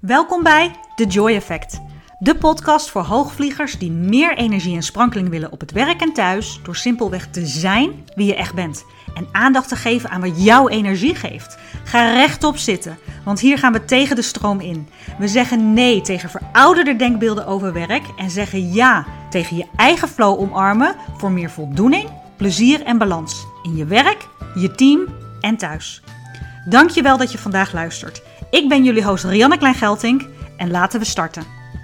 Welkom bij The Joy Effect, de podcast voor hoogvliegers die meer energie en sprankeling willen op het werk en thuis door simpelweg te zijn wie je echt bent en aandacht te geven aan wat jouw energie geeft. Ga rechtop zitten, want hier gaan we tegen de stroom in. We zeggen nee tegen verouderde denkbeelden over werk en zeggen ja tegen je eigen flow omarmen voor meer voldoening, plezier en balans in je werk, je team en thuis. Dankjewel dat je vandaag luistert. Ik ben jullie host Rianne Klein-Geltink en laten we starten.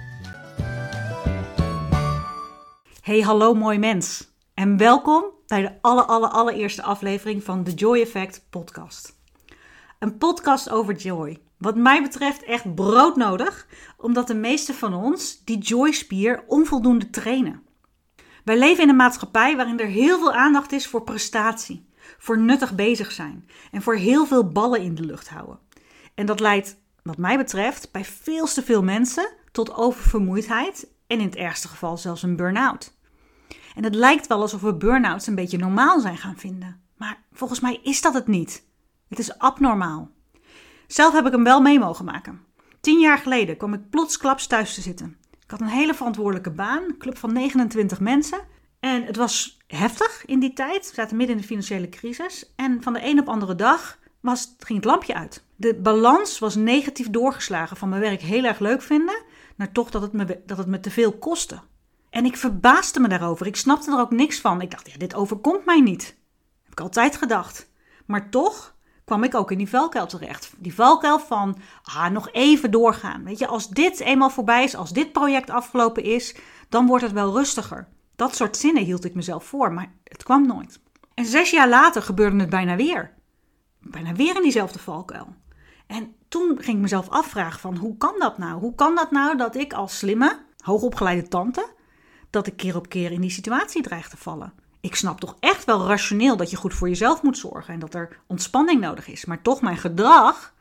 Hey, hallo mooi mens en welkom bij de allereerste aflevering van de Joy Effect podcast. Een podcast over joy. Wat mij betreft echt broodnodig, omdat de meesten van ons die joy-spier onvoldoende trainen. Wij leven in een maatschappij waarin er heel veel aandacht is voor prestatie, voor nuttig bezig zijn en voor heel veel ballen in de lucht houden. En dat leidt, wat mij betreft, bij veel te veel mensen tot oververmoeidheid en in het ergste geval zelfs een burn-out. En het lijkt wel alsof we burn-outs een beetje normaal zijn gaan vinden. Maar volgens mij is dat het niet. Het is abnormaal. Zelf heb ik hem wel mee mogen maken. 10 jaar geleden kwam ik plotsklaps thuis te zitten. Ik had een hele verantwoordelijke baan, een club van 29 mensen. En het was heftig in die tijd. We zaten midden in de financiële crisis. En van de een op andere dag ging het lampje uit. De balans was negatief doorgeslagen van mijn werk heel erg leuk vinden, naar toch dat het me te veel kostte. En ik verbaasde me daarover. Ik snapte er ook niks van. Ik dacht, dit overkomt mij niet. Dat heb ik altijd gedacht. Maar toch kwam ik ook in die valkuil terecht. Die valkuil van, nog even doorgaan. Weet je, als dit eenmaal voorbij is, als dit project afgelopen is, dan wordt het wel rustiger. Dat soort zinnen hield ik mezelf voor, maar het kwam nooit. En 6 jaar later gebeurde het bijna weer. Bijna weer in diezelfde valkuil. En toen ging ik mezelf afvragen van, hoe kan dat nou? Hoe kan dat nou dat ik als slimme, hoogopgeleide tante, dat ik keer op keer in die situatie dreig te vallen? Ik snap toch echt wel rationeel dat je goed voor jezelf moet zorgen en dat er ontspanning nodig is. Maar toch, mijn gedrag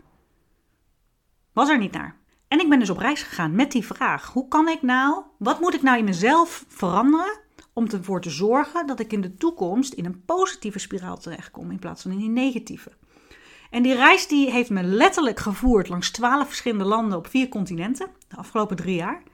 was er niet naar. En ik ben dus op reis gegaan met die vraag. Wat moet ik nou in mezelf veranderen om ervoor te zorgen dat ik in de toekomst in een positieve spiraal terechtkom in plaats van in die negatieve? En die reis die heeft me letterlijk gevoerd langs 12 verschillende landen op 4 continenten de afgelopen 3 jaar.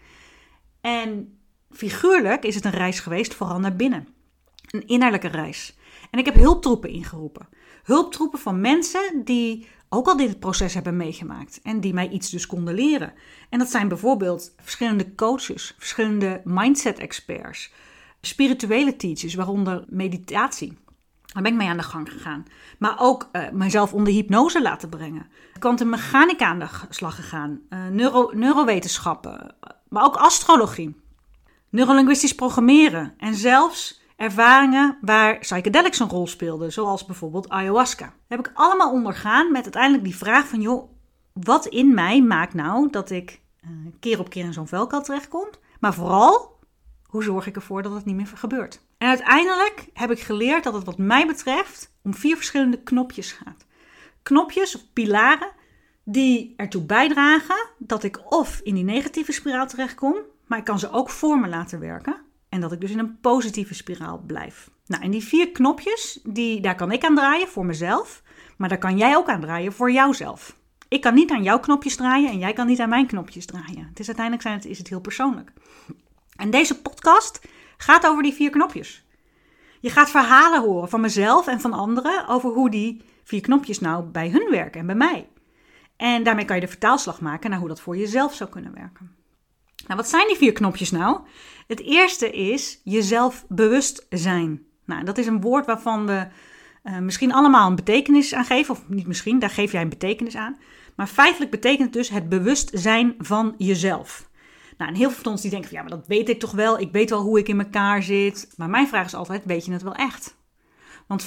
En figuurlijk is het een reis geweest vooral naar binnen. Een innerlijke reis. En ik heb hulptroepen ingeroepen. Hulptroepen van mensen die ook al dit proces hebben meegemaakt. En die mij iets dus konden leren. En dat zijn bijvoorbeeld verschillende coaches, verschillende mindset-experts, spirituele teachers, waaronder meditatie. Daar ben ik mee aan de gang gegaan. Maar ook mezelf onder hypnose laten brengen. Kwantummechanica aan de slag gegaan. Neurowetenschappen. Maar ook astrologie. Neurolinguistisch programmeren. En zelfs ervaringen waar psychedelics een rol speelden. Zoals bijvoorbeeld ayahuasca. Dat heb ik allemaal ondergaan met uiteindelijk die vraag van, joh, wat in mij maakt nou dat ik keer op keer in zo'n valkuil terechtkom? Maar vooral, hoe zorg ik ervoor dat het niet meer gebeurt? En uiteindelijk heb ik geleerd dat het wat mij betreft om 4 verschillende knopjes gaat. Knopjes of pilaren die ertoe bijdragen dat ik of in die negatieve spiraal terechtkom, maar ik kan ze ook voor me laten werken en dat ik dus in een positieve spiraal blijf. Nou, en die 4 knopjes, daar kan ik aan draaien voor mezelf, maar daar kan jij ook aan draaien voor jouzelf. Ik kan niet aan jouw knopjes draaien en jij kan niet aan mijn knopjes draaien. Het is uiteindelijk is het heel persoonlijk. En deze podcast gaat over die 4 knopjes. Je gaat verhalen horen van mezelf en van anderen over hoe die 4 knopjes nou bij hun werken en bij mij. En daarmee kan je de vertaalslag maken naar hoe dat voor jezelf zou kunnen werken. Nou, wat zijn die 4 knopjes nou? Het eerste is jezelf bewust zijn. Nou, dat is een woord waarvan we misschien allemaal een betekenis aan geven. Of niet misschien, daar geef jij een betekenis aan. Maar feitelijk betekent het dus het bewust zijn van jezelf. Nou, en heel veel van ons die denken van, ja, maar dat weet ik toch wel. Ik weet wel hoe ik in elkaar zit. Maar mijn vraag is altijd, weet je het wel echt? Want 95%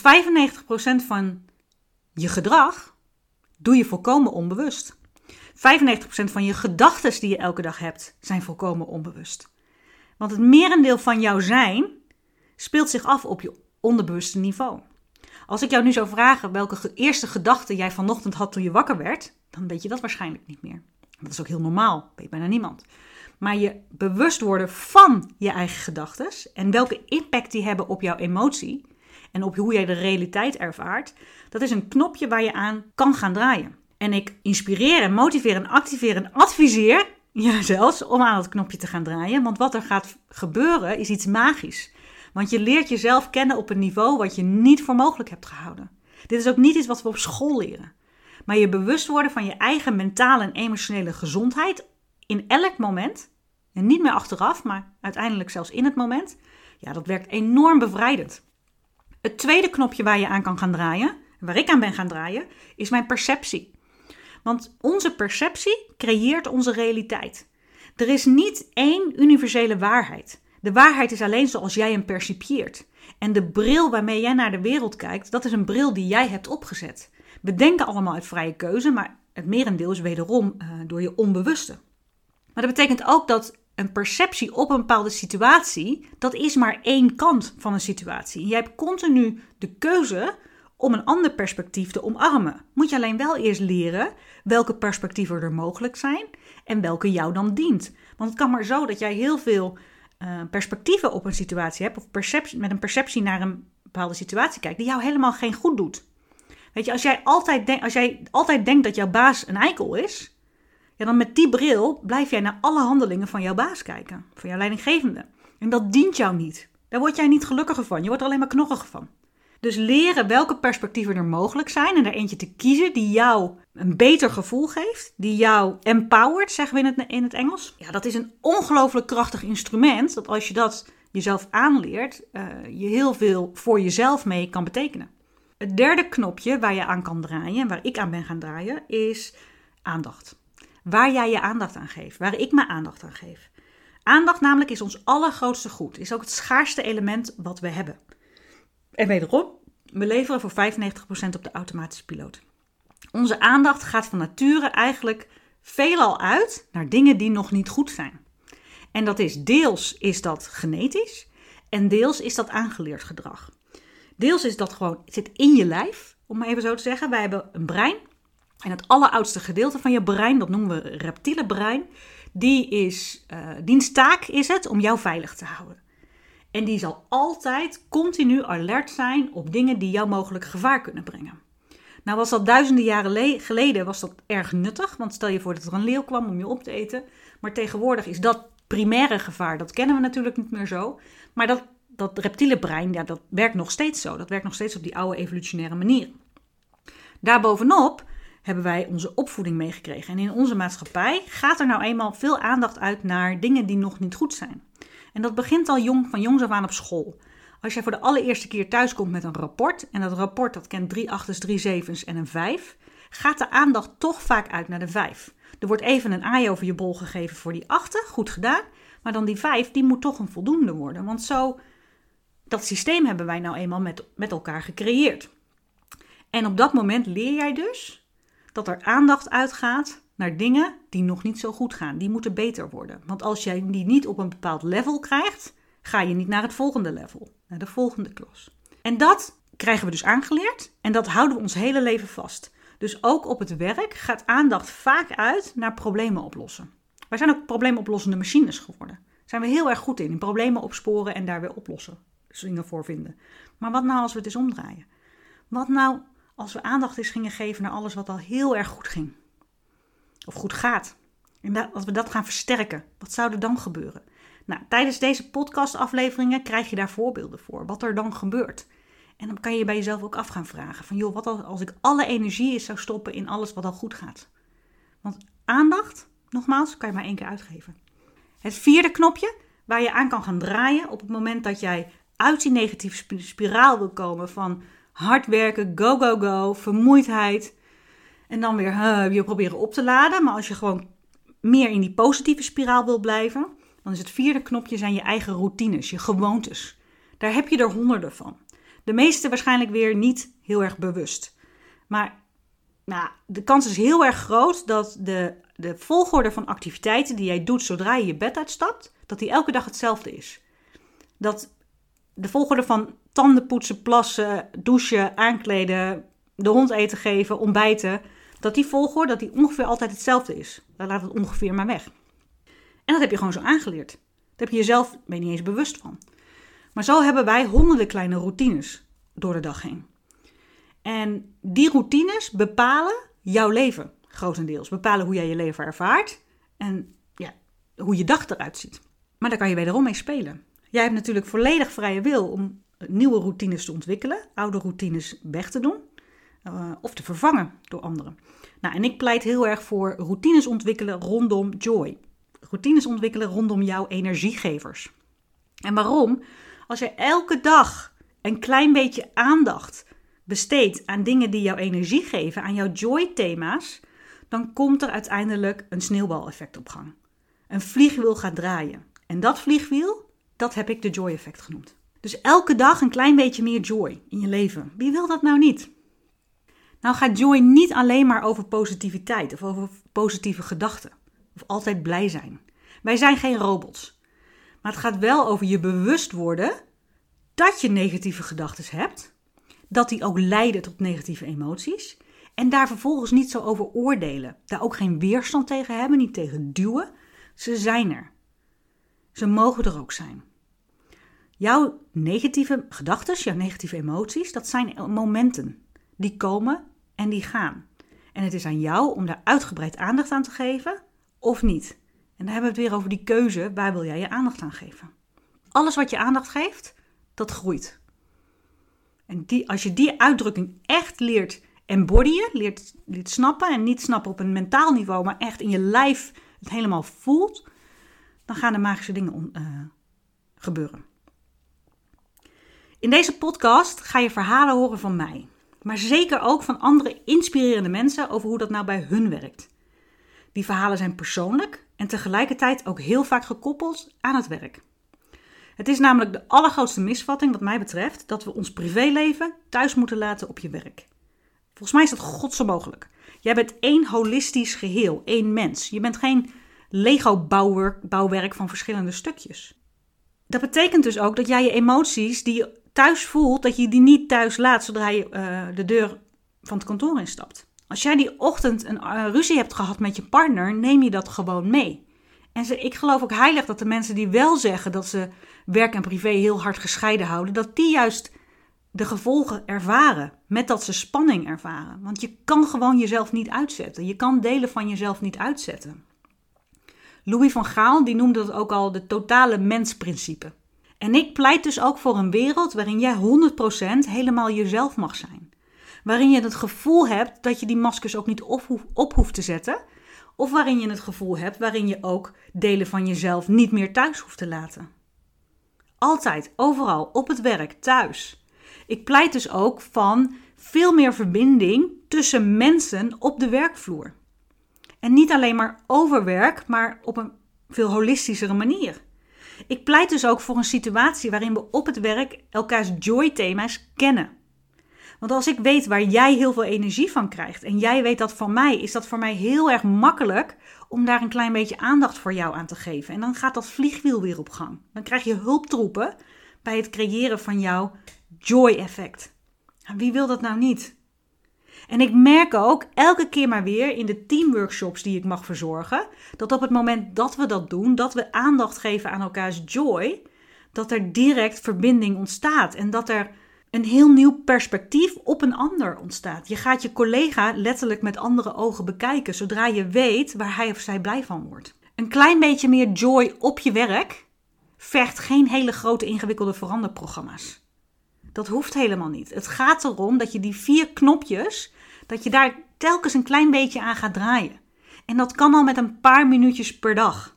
van je gedrag doe je volkomen onbewust. 95% van je gedachten die je elke dag hebt, zijn volkomen onbewust. Want het merendeel van jouw zijn speelt zich af op je onderbewuste niveau. Als ik jou nu zou vragen welke eerste gedachte jij vanochtend had toen je wakker werd, dan weet je dat waarschijnlijk niet meer. Dat is ook heel normaal, weet bijna niemand. Maar je bewust worden van je eigen gedachten en welke impact die hebben op jouw emotie en op hoe jij de realiteit ervaart, dat is een knopje waar je aan kan gaan draaien. En ik inspireer en motiveer en activeer en adviseer je zelfs om aan het knopje te gaan draaien. Want wat er gaat gebeuren is iets magisch. Want je leert jezelf kennen op een niveau wat je niet voor mogelijk hebt gehouden. Dit is ook niet iets wat we op school leren. Maar je bewust worden van je eigen mentale en emotionele gezondheid in elk moment. En niet meer achteraf, maar uiteindelijk zelfs in het moment. Ja, dat werkt enorm bevrijdend. Het tweede knopje waar je aan kan gaan draaien, waar ik aan ben gaan draaien, is mijn perceptie. Want onze perceptie creëert onze realiteit. Er is niet één universele waarheid. De waarheid is alleen zoals jij hem percipieert. En de bril waarmee jij naar de wereld kijkt, dat is een bril die jij hebt opgezet. We denken allemaal uit vrije keuze, maar het merendeel is wederom door je onbewuste. Maar dat betekent ook dat een perceptie op een bepaalde situatie, dat is maar één kant van een situatie. Jij hebt continu de keuze om een ander perspectief te omarmen. Moet je alleen wel eerst leren welke perspectieven er mogelijk zijn en welke jou dan dient. Want het kan maar zo dat jij heel veel perspectieven op een situatie hebt, of met een perceptie naar een bepaalde situatie kijkt, die jou helemaal geen goed doet. Weet je, als jij altijd denkt dat jouw baas een eikel is, ja, dan met die bril blijf jij naar alle handelingen van jouw baas kijken, van jouw leidinggevende. En dat dient jou niet. Daar word jij niet gelukkiger van, je wordt er alleen maar knoggiger van. Dus leren welke perspectieven er mogelijk zijn en er eentje te kiezen die jou een beter gevoel geeft, die jou empowert, zeggen we in het Engels. Ja, dat is een ongelooflijk krachtig instrument, dat als je dat jezelf aanleert, je heel veel voor jezelf mee kan betekenen. Het derde knopje waar je aan kan draaien, waar ik aan ben gaan draaien, is aandacht. Waar jij je aandacht aan geeft, waar ik mijn aandacht aan geef. Aandacht namelijk is ons allergrootste goed, is ook het schaarste element wat we hebben. En wederom, we leveren voor 95% op de automatische piloot. Onze aandacht gaat van nature eigenlijk veelal uit naar dingen die nog niet goed zijn. En dat is deels is dat genetisch en deels is dat aangeleerd gedrag. Deels is dat gewoon, het zit in je lijf, om maar even zo te zeggen. Wij hebben een brein en het alleroudste gedeelte van je brein, dat noemen we reptiele brein, diens taak is het om jou veilig te houden. En die zal altijd continu alert zijn op dingen die jou mogelijk gevaar kunnen brengen. Nou was dat duizenden jaren geleden was dat erg nuttig. Want stel je voor dat er een leeuw kwam om je op te eten. Maar tegenwoordig is dat primaire gevaar. Dat kennen we natuurlijk niet meer zo. Maar dat reptiele brein, ja, dat werkt nog steeds zo. Dat werkt nog steeds op die oude evolutionaire manier. Daarbovenop hebben wij onze opvoeding meegekregen. En in onze maatschappij gaat er nou eenmaal veel aandacht uit naar dingen die nog niet goed zijn. En dat begint al van jongs af aan op school. Als jij voor de allereerste keer thuis komt met een rapport, en dat rapport dat kent 3 8's, 3 7's en een 5, gaat de aandacht toch vaak uit naar de 5. Er wordt even een aai over je bol gegeven voor die 8, goed gedaan, maar dan die 5, die moet toch een voldoende worden. Want dat systeem hebben wij nou eenmaal met elkaar gecreëerd. En op dat moment leer jij dus dat er aandacht uitgaat naar dingen die nog niet zo goed gaan. Die moeten beter worden. Want als jij die niet op een bepaald level krijgt, ga je niet naar het volgende level, naar de volgende klas. En dat krijgen we dus aangeleerd en dat houden we ons hele leven vast. Dus ook op het werk gaat aandacht vaak uit naar problemen oplossen. Wij zijn ook probleemoplossende machines geworden. Daar zijn we heel erg goed in problemen opsporen en daar weer oplossingen voor vinden. Maar wat nou als we het eens omdraaien? Wat nou als we aandacht eens gingen geven naar alles wat al heel erg goed ging? Of goed gaat. En als we dat gaan versterken, wat zou er dan gebeuren? Nou, tijdens deze podcastafleveringen krijg je daar voorbeelden voor. Wat er dan gebeurt. En dan kan je bij jezelf ook af gaan vragen. Van joh, wat als ik alle energie eens zou stoppen in alles wat al goed gaat? Want aandacht, nogmaals, kan je maar 1 keer uitgeven. Het vierde knopje waar je aan kan gaan draaien op het moment dat jij uit die negatieve spiraal wil komen van hard werken, go, go, go, vermoeidheid. En dan weer je proberen op te laden. Maar als je gewoon meer in die positieve spiraal wil blijven, dan is het vierde knopje zijn je eigen routines, je gewoontes. Daar heb je er honderden van. De meeste waarschijnlijk weer niet heel erg bewust. Maar de kans is heel erg groot dat de volgorde van activiteiten die jij doet zodra je je bed uitstapt, dat die elke dag hetzelfde is. Dat de volgorde van tanden poetsen, plassen, douchen, aankleden, de hond eten geven, ontbijten, dat die volgorde dat die ongeveer altijd hetzelfde is. Dan laat het ongeveer maar weg. En dat heb je gewoon zo aangeleerd. Daar heb je jezelf ben je niet eens bewust van. Maar zo hebben wij honderden kleine routines door de dag heen. En die routines bepalen jouw leven, grotendeels. Bepalen hoe jij je leven ervaart en hoe je dag eruit ziet. Maar daar kan je wederom mee spelen. Jij hebt natuurlijk volledig vrije wil om nieuwe routines te ontwikkelen, oude routines weg te doen of te vervangen door anderen. Nou, en ik pleit heel erg voor routines ontwikkelen rondom joy. Routines ontwikkelen rondom jouw energiegevers. En waarom? Als je elke dag een klein beetje aandacht besteedt aan dingen die jouw energie geven, aan jouw joy-thema's, dan komt er uiteindelijk een sneeuwbaleffect op gang. Een vliegwiel gaat draaien. En dat vliegwiel, dat heb ik de joy-effect genoemd. Dus elke dag een klein beetje meer joy in je leven. Wie wil dat nou niet? Nou gaat joy niet alleen maar over positiviteit of over positieve gedachten. Of altijd blij zijn. Wij zijn geen robots. Maar het gaat wel over je bewust worden dat je negatieve gedachten hebt. Dat die ook leiden tot negatieve emoties. En daar vervolgens niet zo over oordelen. Daar ook geen weerstand tegen hebben, niet tegen duwen. Ze zijn er. Ze mogen er ook zijn. Jouw negatieve gedachten, jouw negatieve emoties, dat zijn momenten. Die komen en die gaan. En het is aan jou om daar uitgebreid aandacht aan te geven of niet. En dan hebben we het weer over die keuze, waar wil jij je aandacht aan geven? Alles wat je aandacht geeft, dat groeit. En als je die uitdrukking echt leert embodyen, leert snappen en niet snappen op een mentaal niveau, maar echt in je lijf het helemaal voelt, dan gaan er magische dingen gebeuren. In deze podcast ga je verhalen horen van mij, maar zeker ook van andere inspirerende mensen over hoe dat nou bij hun werkt. Die verhalen zijn persoonlijk en tegelijkertijd ook heel vaak gekoppeld aan het werk. Het is namelijk de allergrootste misvatting wat mij betreft dat we ons privéleven thuis moeten laten op je werk. Volgens mij is dat godsonmogelijk. Jij bent één holistisch geheel, één mens. Je bent geen Lego-bouwwerk van verschillende stukjes. Dat betekent dus ook dat jij je emoties die je thuis voelt, dat je die niet thuis laat zodra je de deur van het kantoor instapt. Als jij die ochtend een ruzie hebt gehad met je partner, neem je dat gewoon mee. En ik geloof ook heilig dat de mensen die wel zeggen dat ze werk en privé heel hard gescheiden houden, dat die juist de gevolgen ervaren, met dat ze spanning ervaren. Want je kan gewoon jezelf niet uitzetten. Je kan delen van jezelf niet uitzetten. Louis van Gaal die noemde dat ook al de totale mensprincipe. En ik pleit dus ook voor een wereld waarin jij 100% helemaal jezelf mag zijn. Waarin je het gevoel hebt dat je die maskers ook niet op hoeft te zetten. Of waarin je het gevoel hebt waarin je ook delen van jezelf niet meer thuis hoeft te laten. Altijd, overal, op het werk, thuis. Ik pleit dus ook van veel meer verbinding tussen mensen op de werkvloer. En niet alleen maar over werk, maar op een veel holistischere manier. Ik pleit dus ook voor een situatie waarin we op het werk elkaars joy-thema's kennen. Want als ik weet waar jij heel veel energie van krijgt en jij weet dat van mij, is dat voor mij heel erg makkelijk om daar een klein beetje aandacht voor jou aan te geven. En dan gaat dat vliegwiel weer op gang. Dan krijg je hulptroepen bij het creëren van jouw joy-effect. En wie wil dat nou niet? En ik merk ook elke keer maar weer in de teamworkshops die ik mag verzorgen, dat op het moment dat we dat doen, dat we aandacht geven aan elkaars joy, dat er direct verbinding ontstaat en dat er een heel nieuw perspectief op een ander ontstaat. Je gaat je collega letterlijk met andere ogen bekijken, zodra je weet waar hij of zij blij van wordt. Een klein beetje meer joy op je werk vergt geen hele grote ingewikkelde veranderprogramma's. Dat hoeft helemaal niet. Het gaat erom dat je die 4 knopjes, dat je daar telkens een klein beetje aan gaat draaien. En dat kan al met een paar minuutjes per dag.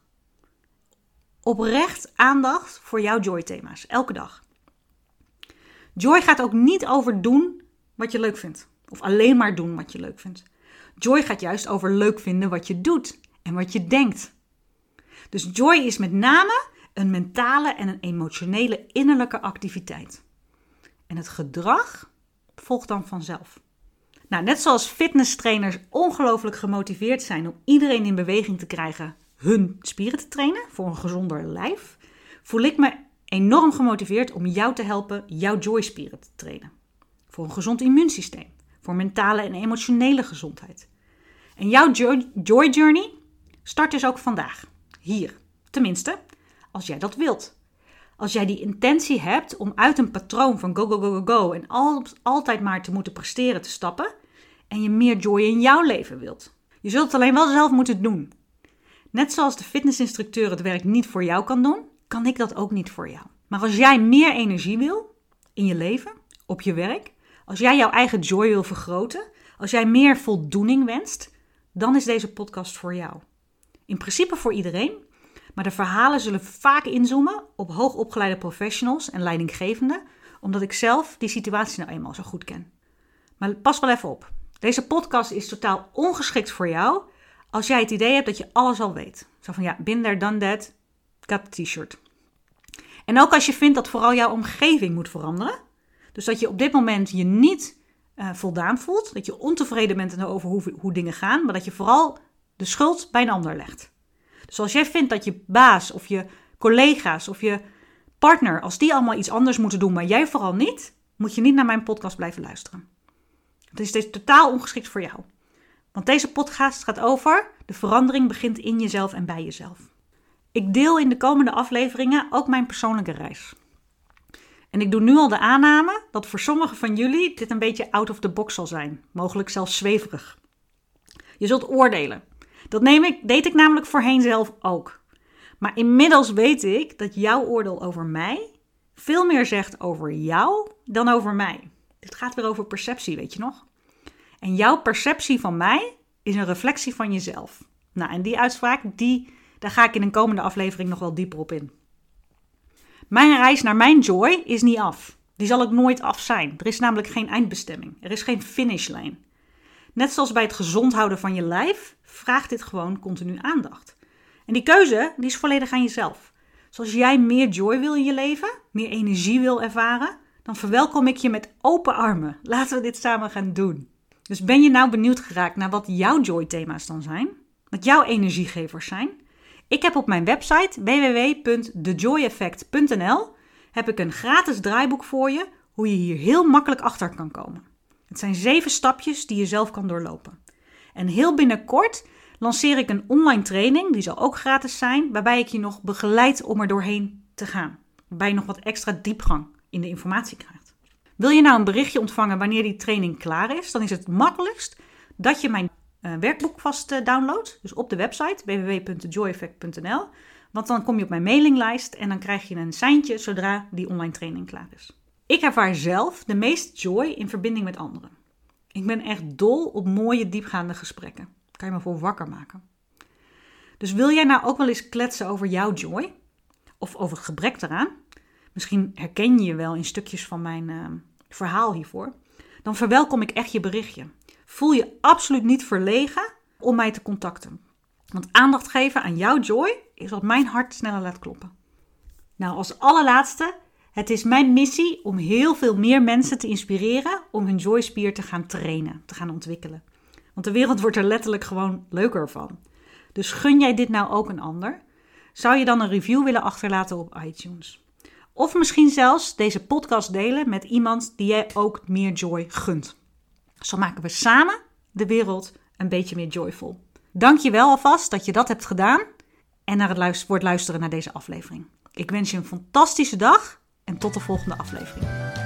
Oprecht aandacht voor jouw joy-thema's, elke dag. Joy gaat ook niet over doen wat je leuk vindt. Of alleen maar doen wat je leuk vindt. Joy gaat juist over leuk vinden wat je doet en wat je denkt. Dus joy is met name een mentale en een emotionele innerlijke activiteit. En het gedrag volgt dan vanzelf. Nou, net zoals fitnesstrainers ongelooflijk gemotiveerd zijn om iedereen in beweging te krijgen hun spieren te trainen voor een gezonder lijf, voel ik me enorm gemotiveerd om jou te helpen jouw joyspieren te trainen. Voor een gezond immuunsysteem, voor mentale en emotionele gezondheid. En jouw joy journey start dus ook vandaag, hier. Tenminste, als jij dat wilt. Als jij die intentie hebt om uit een patroon van go, go, go, go, go en altijd maar te moeten presteren te stappen en je meer joy in jouw leven wilt. Je zult het alleen wel zelf moeten doen. Net zoals de fitnessinstructeur het werk niet voor jou kan doen, kan ik dat ook niet voor jou. Maar als jij meer energie wil in je leven, op je werk, als jij jouw eigen joy wil vergroten, als jij meer voldoening wenst, dan is deze podcast voor jou. In principe voor iedereen, maar de verhalen zullen vaak inzoomen op hoogopgeleide professionals en leidinggevenden, omdat ik zelf die situatie nou eenmaal zo goed ken. Maar pas wel even op. Deze podcast is totaal ongeschikt voor jou als jij het idee hebt dat je alles al weet. Zo van ja, been there, done that, got the t-shirt. En ook als je vindt dat vooral jouw omgeving moet veranderen. Dus dat je op dit moment je niet voldaan voelt. Dat je ontevreden bent over hoe dingen gaan. Maar dat je vooral de schuld bij een ander legt. Dus als jij vindt dat je baas of je collega's of je partner, als die allemaal iets anders moeten doen, maar jij vooral niet, moet je niet naar mijn podcast blijven luisteren. Het is dus totaal ongeschikt voor jou. Want deze podcast gaat over de verandering begint in jezelf en bij jezelf. Ik deel in de komende afleveringen ook mijn persoonlijke reis. En ik doe nu al de aanname dat voor sommigen van jullie dit een beetje out of the box zal zijn. Mogelijk zelfs zweverig. Je zult oordelen. Dat deed ik namelijk voorheen zelf ook. Maar inmiddels weet ik dat jouw oordeel over mij veel meer zegt over jou dan over mij. Dit gaat weer over perceptie, weet je nog? En jouw perceptie van mij is een reflectie van jezelf. Nou, en die uitspraak, daar ga ik in een komende aflevering nog wel dieper op in. Mijn reis naar mijn joy is niet af. Die zal ook nooit af zijn. Er is namelijk geen eindbestemming. Er is geen finishlijn. Net zoals bij het gezond houden van je lijf, vraagt dit gewoon continu aandacht. En die keuze, die is volledig aan jezelf. Dus als jij meer joy wil in je leven, meer energie wil ervaren, dan verwelkom ik je met open armen. Laten we dit samen gaan doen. Dus ben je nou benieuwd geraakt naar wat jouw joy-thema's dan zijn? Wat jouw energiegevers zijn? Ik heb op mijn website www.thejoyeffect.nl heb ik een gratis draaiboek voor je hoe je hier heel makkelijk achter kan komen. Het zijn 7 stapjes die je zelf kan doorlopen. En heel binnenkort lanceer ik een online training, die zal ook gratis zijn, waarbij ik je nog begeleid om er doorheen te gaan. Waarbij je nog wat extra diepgang in de informatie krijgt. Wil je nou een berichtje ontvangen wanneer die training klaar is, dan is het makkelijkst dat je mijn werkboek vast downloadt. Dus op de website www.thejoyeffect.nl. Want dan kom je op mijn mailinglijst en dan krijg je een seintje zodra die online training klaar is. Ik ervaar zelf de meeste joy in verbinding met anderen. Ik ben echt dol op mooie diepgaande gesprekken. Daar kan je me voor wakker maken. Dus wil jij nou ook wel eens kletsen over jouw joy? Of over het gebrek daaraan? Misschien herken je je wel in stukjes van mijn verhaal hiervoor. Dan verwelkom ik echt je berichtje. Voel je absoluut niet verlegen om mij te contacten. Want aandacht geven aan jouw joy is wat mijn hart sneller laat kloppen. Nou, als allerlaatste, het is mijn missie om heel veel meer mensen te inspireren om hun joyspier te gaan trainen, te gaan ontwikkelen. Want de wereld wordt er letterlijk gewoon leuker van. Dus gun jij dit nou ook een ander? Zou je dan een review willen achterlaten op iTunes? Of misschien zelfs deze podcast delen met iemand die jij ook meer joy gunt. Zo maken we samen de wereld een beetje meer joyful. Dank je wel alvast dat je dat hebt gedaan en naar het luisteren naar deze aflevering. Ik wens je een fantastische dag en tot de volgende aflevering.